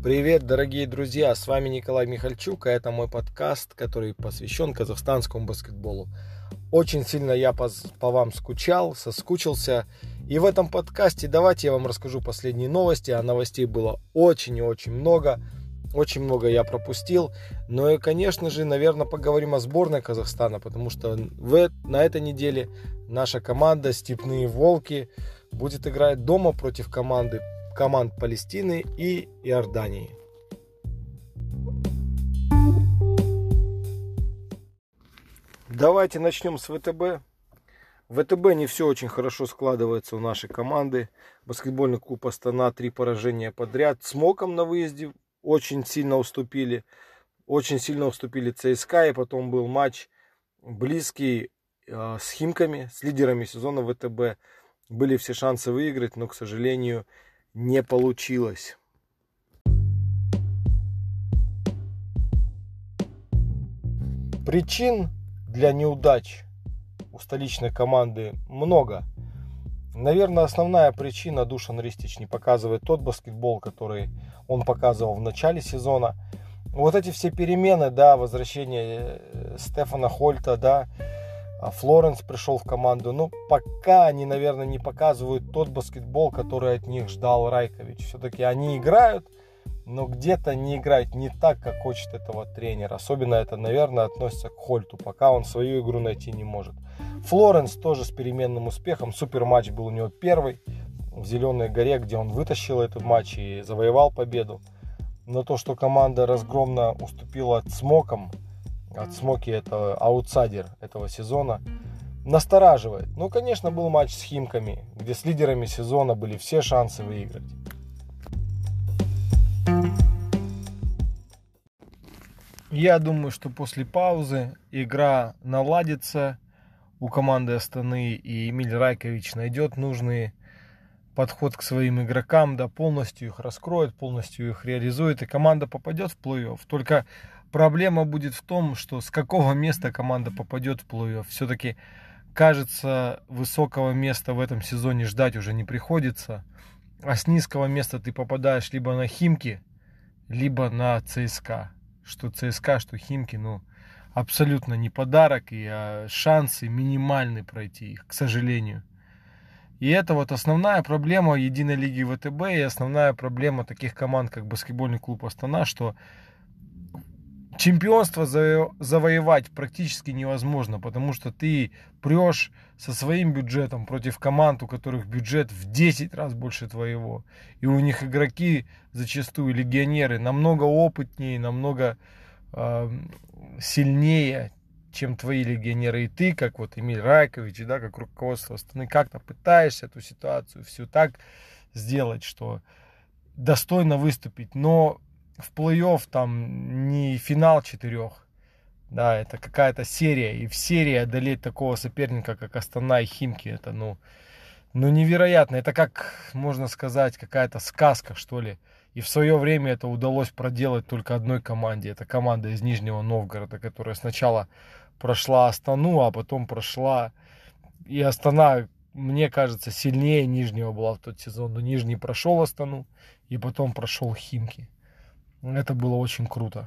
Привет, дорогие друзья, с вами Николай Михальчук, а это мой подкаст, который посвящен казахстанскому баскетболу. Очень сильно я по вам скучал, соскучился, и в этом подкасте давайте я вам расскажу последние новости, а новостей было очень и очень много я пропустил, но и, конечно же, наверное, поговорим о сборной Казахстана, потому что на этой неделе наша команда «Степные волки» будет играть дома против команд Палестины и Иордании. Давайте начнем с ВТБ. В ВТБ не все очень хорошо складывается у нашей команды. Баскетбольный клуб Астана 3 поражения подряд. С МОКом на выезде очень сильно уступили ЦСКА. И потом был матч близкий с Химками, с лидерами сезона ВТБ. Были все шансы выиграть, но, к сожалению, не получилось. Причин для неудач у столичной команды много. Наверное, основная причина: Душан Ристич не показывает тот баскетбол, который он показывал в начале сезона. Вот эти все перемены, возвращение Стефана Хольта, Флоренс пришел в команду. Пока они, наверное, не показывают тот баскетбол, который от них ждал Райкович. Все-таки они играют, но где-то не играют не так, как хочет этого тренер. Особенно это, наверное, относится к Хольту, пока он свою игру найти не может. Флоренс тоже с переменным успехом. Супер матч был у него первый в Зеленой горе, где он вытащил этот матч и завоевал победу. Но то, что команда разгромно уступила от Смоки это аутсайдер этого сезона, настораживает. Конечно, был матч с Химками, где с лидерами сезона были все шансы выиграть. Я думаю, что после паузы игра наладится у команды Астаны, и Эмиль Райкович найдет нужный подход к своим игрокам, полностью их раскроет, полностью их реализует, и команда попадет в плей-офф. Только проблема будет в том, что с какого места команда попадет в плей-офф. Все-таки, кажется, высокого места в этом сезоне ждать уже не приходится. А с низкого места ты попадаешь либо на Химки, либо на ЦСКА. Что ЦСКА, что Химки, абсолютно не подарок, и шансы минимальны пройти их, к сожалению. И это основная проблема единой лиги ВТБ и основная проблема таких команд, как баскетбольный клуб Астана, что чемпионство завоевать практически невозможно, потому что ты прешь со своим бюджетом против команд, у которых бюджет в 10 раз больше твоего. И у них игроки, зачастую легионеры, намного опытнее, намного сильнее, чем твои легионеры. И ты, как Эмиль Райкович, как руководство Астаны, как-то пытаешься эту ситуацию всю так сделать, что достойно выступить. Но в плей-офф там не финал 4. Это какая-то серия. И в серии одолеть такого соперника, как Астана и Химки, это невероятно. Это, как можно сказать, какая-то сказка, что ли. И в свое время это удалось проделать только одной команде. Это команда из Нижнего Новгорода, которая сначала прошла Астану, а потом прошла... И Астана, мне кажется, сильнее Нижнего была в тот сезон. Но Нижний прошел Астану, и потом прошел Химки. Это было очень круто.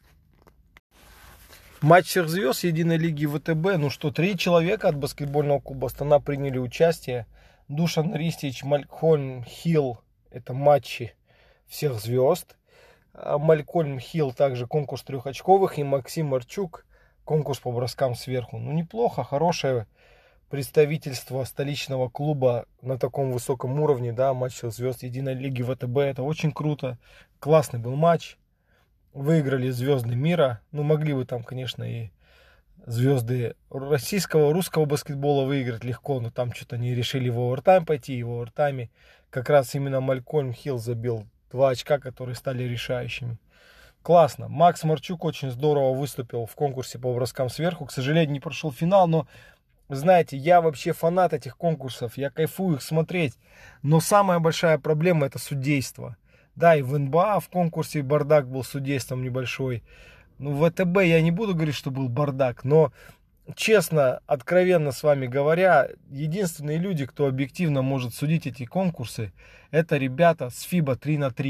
Матч всех звезд единой лиги ВТБ. 3 человека от баскетбольного клуба Астана приняли участие. Душан Ристич, Малькольм Хилл. Это матчи всех звезд. Малькольм Хилл также конкурс 3-очковых. И Максим Марчук конкурс по броскам сверху. Неплохо, хорошее представительство столичного клуба на таком высоком уровне. Матч всех звезд единой лиги ВТБ. Это очень круто. Классный был матч. Выиграли звезды мира. Могли бы там, конечно, и звезды русского баскетбола выиграть легко, но там что-то они решили в овертайм пойти. И в овертайме как раз именно Малькольм Хилл забил 2 очка, которые стали решающими. Классно. Макс Марчук очень здорово выступил в конкурсе по броскам сверху. К сожалению, не прошел финал, но, знаете, я вообще фанат этих конкурсов. Я кайфую их смотреть. Но самая большая проблема — это судейство. И в НБА в конкурсе бардак был с судейством небольшой. В ВТБ я не буду говорить, что был бардак, но честно, откровенно с вами говоря, единственные люди, кто объективно может судить эти конкурсы, это ребята с FIBA 3х3.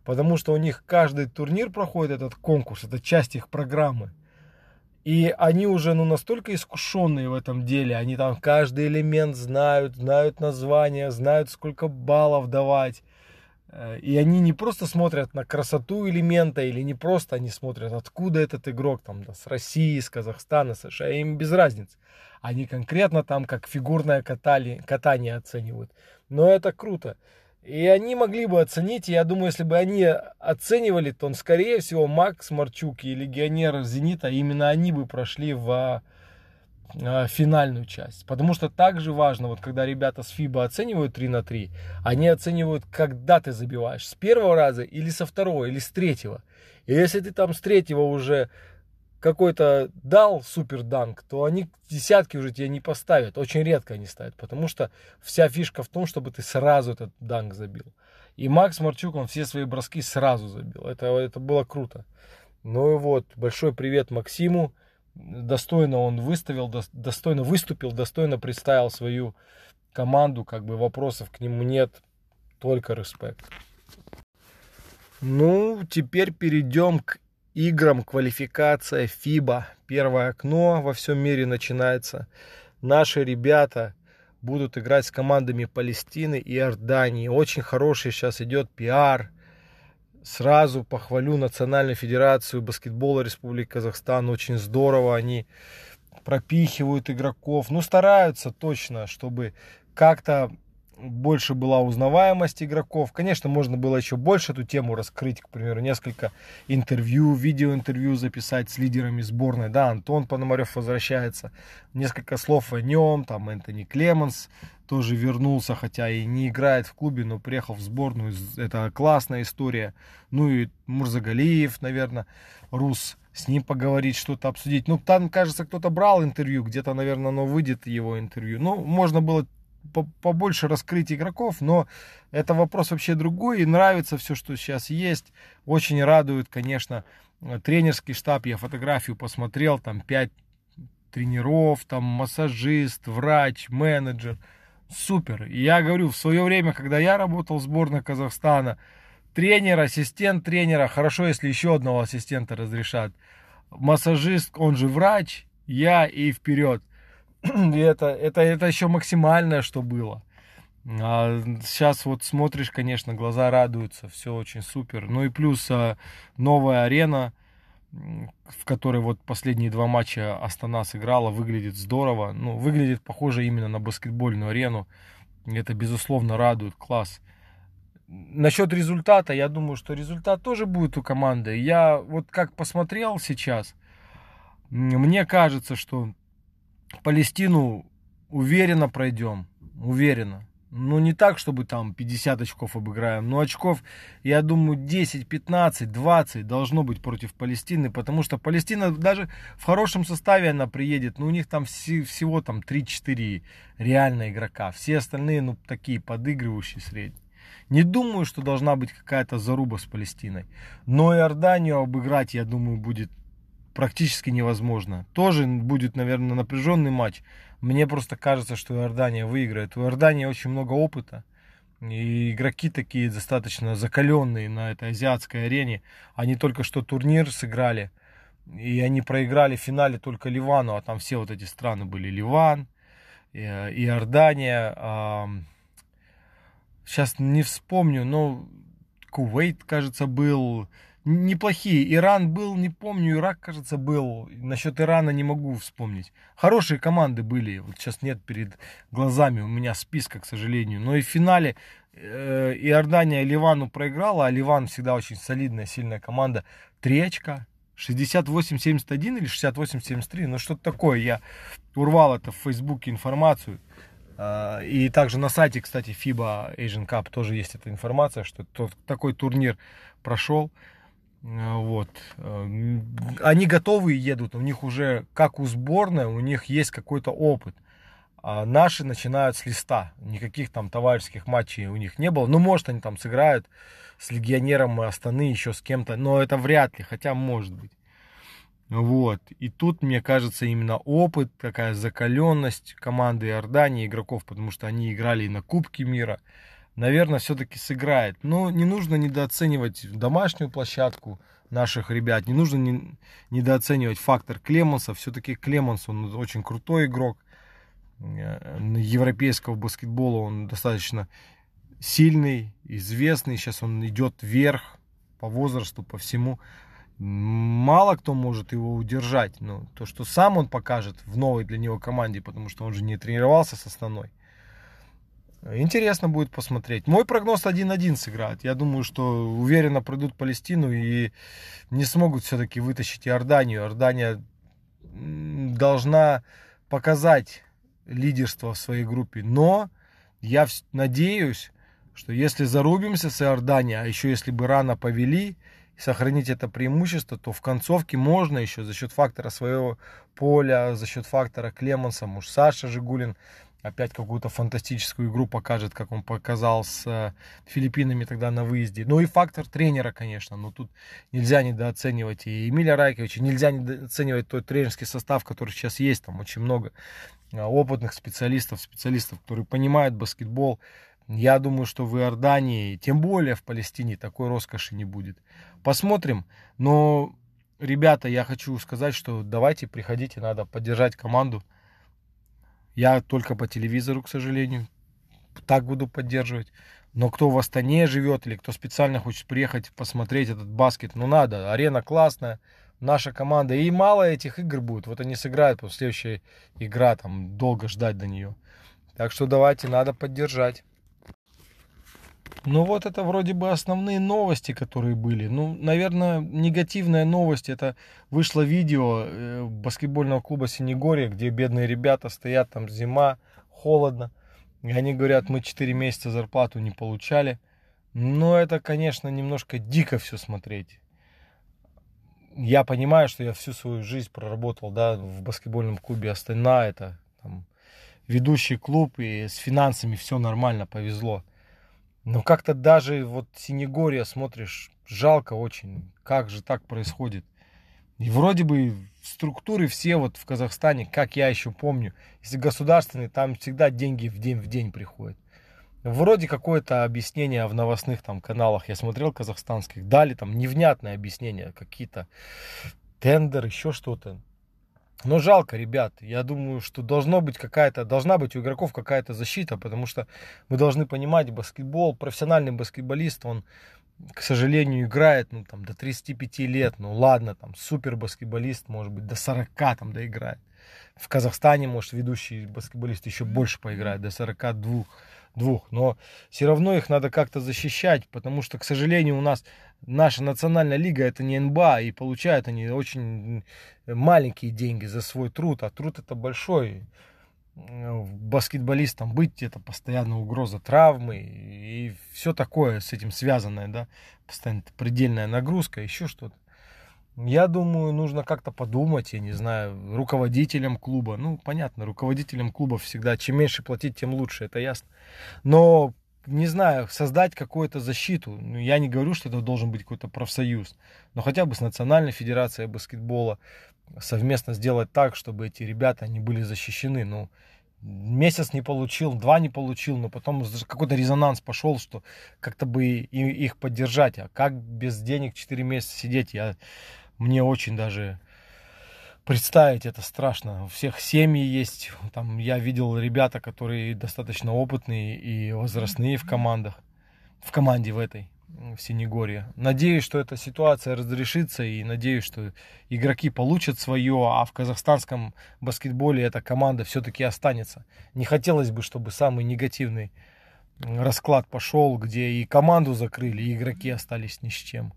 Потому что у них каждый турнир проходит этот конкурс, это часть их программы. И они уже настолько искушенные в этом деле, они там каждый элемент знают название, знают, сколько баллов давать. И они не просто смотрят на красоту элемента, или не просто они смотрят, откуда этот игрок, там, да, с России, с Казахстана, США, им без разницы. Они конкретно там как фигурное катание оценивают. Но это круто. И они могли бы оценить, и я думаю, если бы они оценивали, то, скорее всего, Макс Марчук и легионер Зенита, именно они бы прошли в финальную часть. Потому что также важно, вот когда ребята с ФИБА оценивают 3/3, они оценивают, когда ты забиваешь. С первого раза, или со второго, или с третьего. И если ты там с третьего уже какой-то дал супер данк, то они десятки уже тебе не поставят. Очень редко они ставят. Потому что вся фишка в том, чтобы ты сразу этот данк забил. И Макс Марчук, он все свои броски сразу забил. Это было круто. Ну и вот, большой привет Максиму. Достойно он достойно выступил, достойно представил свою команду, как бы вопросов к нему нет, только респект. Ну, теперь перейдем к играм квалификация FIBA. Первое окно во всем мире начинается. Наши ребята будут играть с командами Палестины и Иордании. Очень хороший сейчас идет пиар. Сразу похвалю Национальную федерацию баскетбола Республики Казахстан. Очень здорово они пропихивают игроков. Ну, стараются точно, чтобы как-то больше была узнаваемость игроков. Конечно, можно было еще больше эту тему раскрыть. К примеру, несколько интервью, видеоинтервью записать с лидерами сборной. Да, Антон Пономарев возвращается. Несколько слов о нем. Там Энтони Клеменс тоже вернулся, хотя и не играет в клубе, но приехал в сборную. Это классная история. Ну и Мурзагалиев, наверное, Рус. С ним поговорить, что-то обсудить. Ну, там, кажется, кто-то брал интервью. Где-то, наверное, оно выйдет, его интервью. Ну, можно было побольше раскрыть игроков, но это вопрос вообще другой. И нравится все, что сейчас есть. Очень радует, конечно, тренерский штаб. Я фотографию посмотрел. Там 5 тренеров, там массажист, врач, менеджер. Супер. И я говорю, в свое время, когда я работал в сборной Казахстана, тренер, ассистент тренера, хорошо, если еще одного ассистента разрешат, массажист, он же врач, я и вперед. И это еще максимальное, что было. А сейчас вот смотришь, конечно, глаза радуются, все очень супер. Ну и плюс новая арена, в которой вот последние 2 матча Астана сыграла, выглядит здорово. Ну, выглядит похоже именно на баскетбольную арену. Это, безусловно, радует, класс. Насчет результата, я думаю, что результат тоже будет у команды. Я вот как посмотрел сейчас, мне кажется, что Палестину уверенно пройдем. Уверенно. Ну, не так, чтобы там 50 очков обыграем, но очков, я думаю, 10, 15, 20 должно быть против Палестины, потому что Палестина даже в хорошем составе она приедет, но у них там всего там 3-4 реально игрока. Все остальные, ну, такие подыгрывающие средние. Не думаю, что должна быть какая-то заруба с Палестиной. Но Иорданию обыграть, я думаю, будет практически невозможно. Тоже будет, наверное, напряженный матч. Мне просто кажется, что Иордания выиграет. У Иордании очень много опыта. И игроки такие достаточно закаленные на этой азиатской арене. Они только что турнир сыграли. И они проиграли в финале только Ливану. А там все вот эти страны были. Ливан, Иордания. Сейчас не вспомню, но Кувейт, кажется, был. Неплохие. Иран был, не помню, Ирак, кажется, был. Насчет Ирана не могу вспомнить. Хорошие команды были. Вот сейчас нет перед глазами у меня списка, к сожалению. Но и в финале Иордания Ливану проиграла, а Ливан всегда очень солидная, сильная команда. 3 очка. 68-71 или 68-73. Ну, что-то такое. Я урвал это в Фейсбуке информацию. И также на сайте, кстати, FIBA Asian Cup тоже есть эта информация, что такой турнир прошел. Вот. Они готовые едут, у них уже, как у сборной, у них есть какой-то опыт. А наши начинают с листа. Никаких там товарищеских матчей у них не было. Ну, может, они там сыграют с легионером Астаны, еще с кем-то, но это вряд ли, хотя может быть. Вот. И тут, мне кажется, именно опыт, такая закаленность команды Иордании, игроков, потому что они играли и на Кубке мира. наверное, все-таки сыграет. Но не нужно недооценивать домашнюю площадку наших ребят. Не нужно недооценивать фактор Клеманса. Все-таки Клеманс, он очень крутой игрок европейского баскетбола. Он достаточно сильный, известный. Сейчас он идет вверх по возрасту, по всему. Мало кто может его удержать. Но то, что сам он покажет в новой для него команде, потому что он же не тренировался с основной. Интересно будет посмотреть. Мой прогноз 1-1 сыграет. Я думаю, что уверенно пройдут Палестину и не смогут все-таки вытащить Иорданию. Иордания должна показать лидерство в своей группе. Но я надеюсь, что если зарубимся с Иорданией, а еще если бы рано повели, сохранить это преимущество, то в концовке можно еще за счет фактора своего поля, за счет фактора Клеманса, может Саша Жигулин опять какую-то фантастическую игру покажет, как он показал с Филиппинами тогда на выезде. Ну и фактор тренера, конечно, но тут нельзя недооценивать и Эмиля Райковича, нельзя недооценивать тот тренерский состав, который сейчас есть, там очень много опытных специалистов, которые понимают баскетбол. Я думаю, что в Иордании, тем более в Палестине, такой роскоши не будет. Посмотрим. Но, ребята, я хочу сказать, что давайте приходите, надо поддержать команду. Я только по телевизору, к сожалению, так буду поддерживать. Но кто в Астане живет или кто специально хочет приехать посмотреть этот баскет, ну надо. Арена классная, наша команда. И мало этих игр будет. Вот они сыграют, после следующая игра, там долго ждать до нее. Так что давайте, надо поддержать. Ну вот это вроде бы основные новости, которые были. Ну, наверное, негативная новость. Это вышло видео баскетбольного клуба Синегорье, где бедные ребята стоят, там зима, холодно. И они говорят, мы 4 месяца зарплату не получали. Но это, конечно, немножко дико все смотреть. Я понимаю, что я всю свою жизнь проработал, да, в баскетбольном клубе Астана. Это там ведущий клуб, и с финансами все нормально, повезло. Но как-то даже вот Синегорье смотришь, жалко очень, как же так происходит. И вроде бы структуры все вот в Казахстане, как я еще помню, если государственные, там всегда деньги в день приходят. Вроде какое-то объяснение в новостных там каналах, я смотрел казахстанских, дали там невнятное объяснение, какие-то тендеры, еще что-то. Но жалко, ребят. Я думаю, что должна быть у игроков какая-то защита, потому что мы должны понимать, баскетбол, профессиональный баскетболист, он, к сожалению, играет, ну, там, до 35 лет. Ну, ладно, там, супер баскетболист, может быть, до 40 там доиграет. В Казахстане, может, ведущий баскетболист еще больше поиграет, до 42. Но все равно их надо как-то защищать, потому что, к сожалению, у нас наша национальная лига это не НБА, и получают они очень маленькие деньги за свой труд, а труд это большой. Баскетболистам быть это постоянно угроза травмы и все такое с этим связанное, да, постоянно предельная нагрузка, еще что-то. Я думаю, нужно как-то подумать, я не знаю, руководителям клуба. Ну, понятно, руководителям клубов всегда, чем меньше платить, тем лучше, это ясно. Но, не знаю, создать какую-то защиту. Ну, я не говорю, что это должен быть какой-то профсоюз, но хотя бы с Национальной федерацией баскетбола совместно сделать так, чтобы эти ребята, они были защищены. Ну, месяц не получил, 2 не получил, но потом какой-то резонанс пошел, что как-то бы их поддержать. А как без денег 4 месяца сидеть, мне очень даже представить это страшно. У всех семьи есть. Там я видел ребята, которые достаточно опытные и возрастные в команде в этой, в Синегорье. Надеюсь, что эта ситуация разрешится, и надеюсь, что игроки получат свое, а в казахстанском баскетболе эта команда все-таки останется. Не хотелось бы, чтобы самый негативный расклад пошел, где и команду закрыли, и игроки остались ни с чем.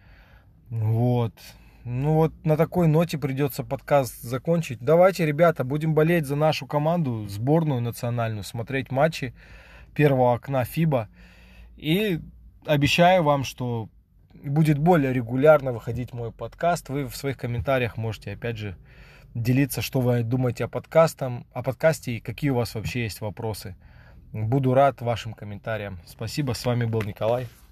Вот. Ну вот на такой ноте придется подкаст закончить. Давайте, ребята, будем болеть за нашу команду, сборную национальную, смотреть матчи первого окна ФИБА. И обещаю вам, что будет более регулярно выходить мой подкаст. Вы в своих комментариях можете, опять же, делиться, что вы думаете о подкасте и какие у вас вообще есть вопросы. Буду рад вашим комментариям. Спасибо, с вами был Николай.